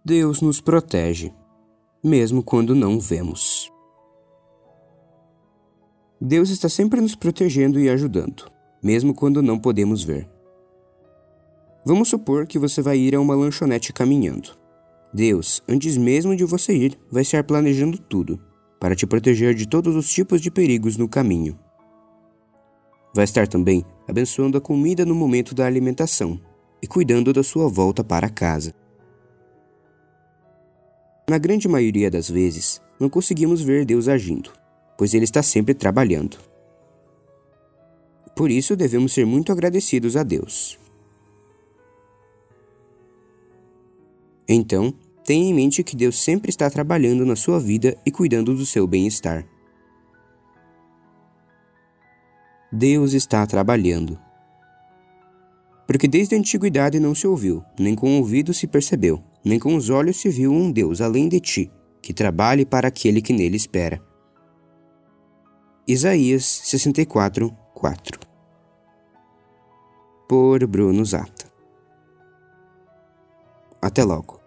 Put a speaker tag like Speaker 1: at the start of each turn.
Speaker 1: Deus nos protege, mesmo quando não vemos. Deus está sempre nos protegendo e ajudando, mesmo quando não podemos ver. Vamos supor que você vai ir a uma lanchonete caminhando. Deus, antes mesmo de você ir, vai estar planejando tudo, para te proteger de todos os tipos de perigos no caminho. Vai estar também abençoando a comida no momento da alimentação e cuidando da sua volta para casa. Na grande maioria das vezes, não conseguimos ver Deus agindo, pois Ele está sempre trabalhando. Por isso, devemos ser muito agradecidos a Deus. Então, tenha em mente que Deus sempre está trabalhando na sua vida e cuidando do seu bem-estar. Deus está trabalhando. Porque desde a antiguidade não se ouviu, nem com o ouvido se percebeu, nem com os olhos se viu um Deus além de ti, que trabalhe para aquele que nele espera. Isaías 64:4. Por Bruno Zata. Até logo.